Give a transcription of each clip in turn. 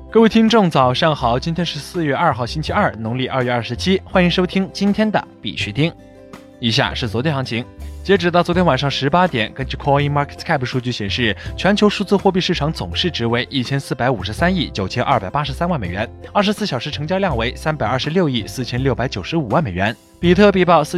各位听众早上好，今天是4月2号星期二，农历2月27，欢迎收听今天的必须听。以下是昨天行情，截止到昨天晚上18点，根据 CoinMarketCap 数据显示，全球数字货币市场总市值为1453亿9283万美元，24小时成交量为326亿4695万美元。比特币报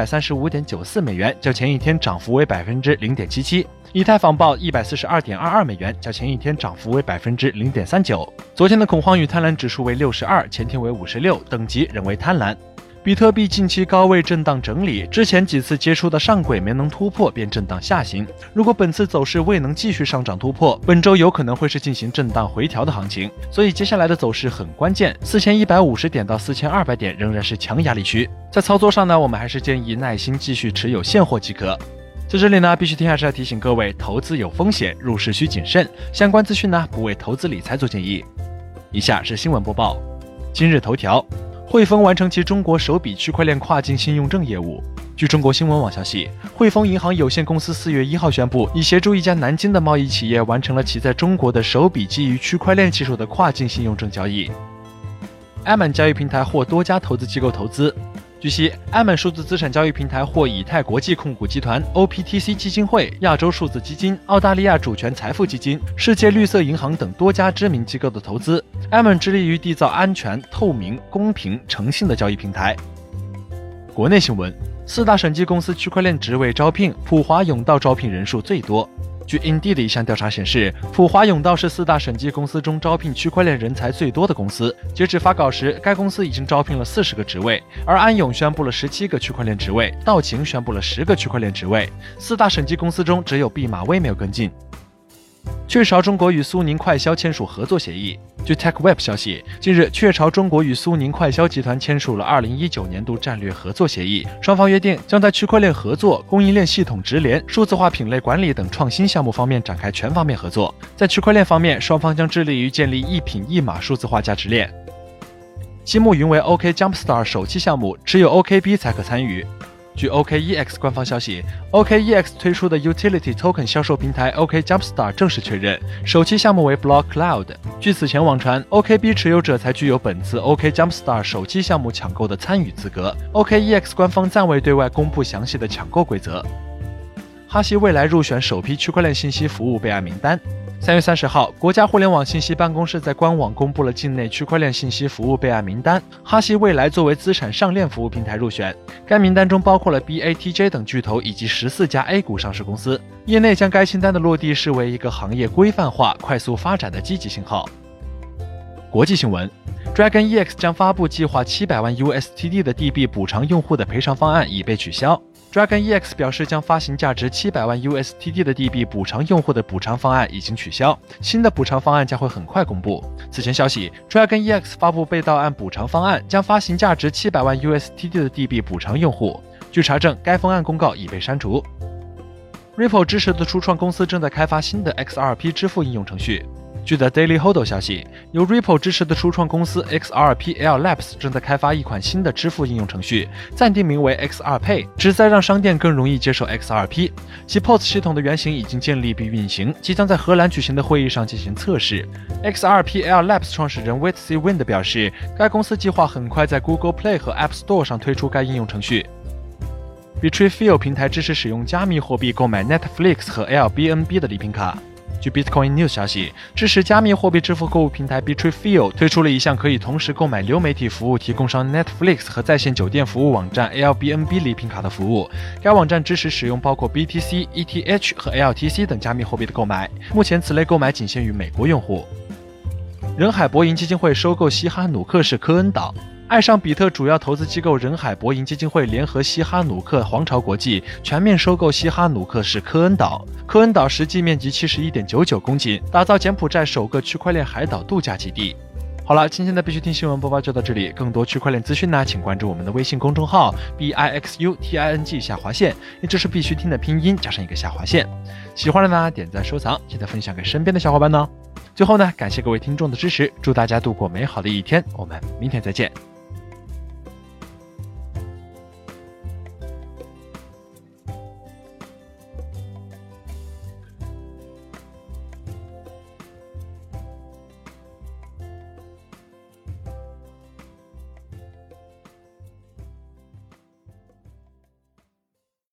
4135.94美元，较前一天涨幅为 0.77%， 以太坊报142.22美元，较前一天涨幅为 0.39%。昨天的恐慌与贪婪指数为62，前天为56，等级仍为贪婪。比特币近期高位震荡整理，之前几次接触的上轨没能突破，便震荡下行。如果本次走势未能继续上涨突破，本周有可能会是进行震荡回调的行情，所以接下来的走势很关键，4150点到4200点仍然是强压力区。在操作上呢，我们还是建议耐心继续持有现货即可。在这里呢，必须听还是要提醒各位，投资有风险，入市需谨慎。相关资讯呢，不为投资理财做建议。以下是新闻播报。今日头条。汇丰完成其中国首笔区块链跨境信用证业务。据中国新闻网消息，汇丰银行有限公司4月1号宣布，已协助一家南京的贸易企业完成了其在中国的首笔基于区块链技术的跨境信用证交易。Ammon 交易平台获多家投资机构投资。据悉 ，Ammon 数字资产交易平台获以太国际控股集团、OPTC 基金会、亚洲数字基金、澳大利亚主权财富基金、世界绿色银行等多家知名机构的投资。Ammon 致力于缔造安全、透明、公平、诚信的交易平台。国内新闻：4大审计公司区块链职位招聘，普华永道招聘人数最多。据 Indeed 的一项调查显示，普华永道是4大审计公司中招聘区块链人才最多的公司。截止发稿时，该公司已经招聘了40个职位，而安永宣布了17个区块链职位，道情宣布了10个区块链职位。4大审计公司中，只有毕马威没有跟进。雀巢中国与苏宁快销签署合作协议。据 TechWeb 消息，近日雀巢中国与苏宁快销集团签署了2019年度战略合作协议，双方约定将在区块链合作、供应链系统直连、数字化品类管理等创新项目方面展开全方面合作。在区块链方面，双方将致力于建立一品一码数字化价值链。西木云为 OK Jumpstart 首期项目，只有 OKB 才可参与。据 OKEX 官方消息 ，OKEX 推出的 Utility Token 销售平台 OK Jumpstart 正式确认，首期项目为 Block Cloud。据此前网传 ，OKB 持有者才具有本次 OK Jumpstart 首期项目抢购的参与资格。OKEX 官方暂未对外公布详细的抢购规则。哈希未来入选首批区块链信息服务备案名单。3月30号，国家互联网信息办公室在官网公布了境内区块链信息服务备案名单，哈希未来作为资产上链服务平台入选。该名单中包括了 BATJ 等巨头以及14家 A 股上市公司。业内将该清单的落地视为一个行业规范化、快速发展的积极信号。国际新闻 ，DragonEX 将发布计划700万 USDT 的 DB 补偿用户的赔偿方案已被取消。DragonEX 表示，将发行价值700万 USDT 的 DB 补偿用户的补偿方案已经取消，新的补偿方案将会很快公布。此前消息 ，DragonEX 发布被盗案补偿方案，将发行价值700万 USDT 的 DB 补偿用户。据查证，该方案公告已被删除。Ripple 支持的初创公司正在开发新的 XRP 支付应用程序。据 The Daily Hodl 消息，由 Ripple 支持的初创公司 XRPL Labs 正在开发一款新的支付应用程序，暂定名为 XRPay， 旨在让商店更容易接受 XRP。其 POS 系统的原型已经建立并运行，即将在荷兰举行的会议上进行测试。XRPL Labs 创始人 Whitzy Wind 表示，该公司计划很快在 Google Play 和 App Store 上推出该应用程序。Bitrefill 平台支持使用加密货币购买 Netflix 和 Airbnb 的礼品卡。据 Bitcoin News 消息，支持加密货币支付购物平台 Bitrefill 推出了一项可以同时购买流媒体服务提供商 Netflix 和在线酒店服务网站 Airbnb 礼品卡的服务。该网站支持使用包括 BTC、ETH 和 LTC 等加密货币的购买。目前此类购买仅限于美国用户。人海博盈基金会收购西哈努克市科恩岛。爱上比特主要投资机构人海博盈基金会联合西哈努克皇朝国际全面收购西哈努克市科恩岛。科恩岛实际面积71.99公斤，打造柬埔寨首个区块链海岛度假基地。好了，今天的必须听新闻播报就到这里。更多区块链资讯呢，请关注我们的微信公众号 BIXUTING_，也就是必须听的拼音加上一个下划线。喜欢的呢，点赞收藏，记得分享给身边的小伙伴呢。最后呢，感谢各位听众的支持，祝大家度过美好的一天，我们明天再见。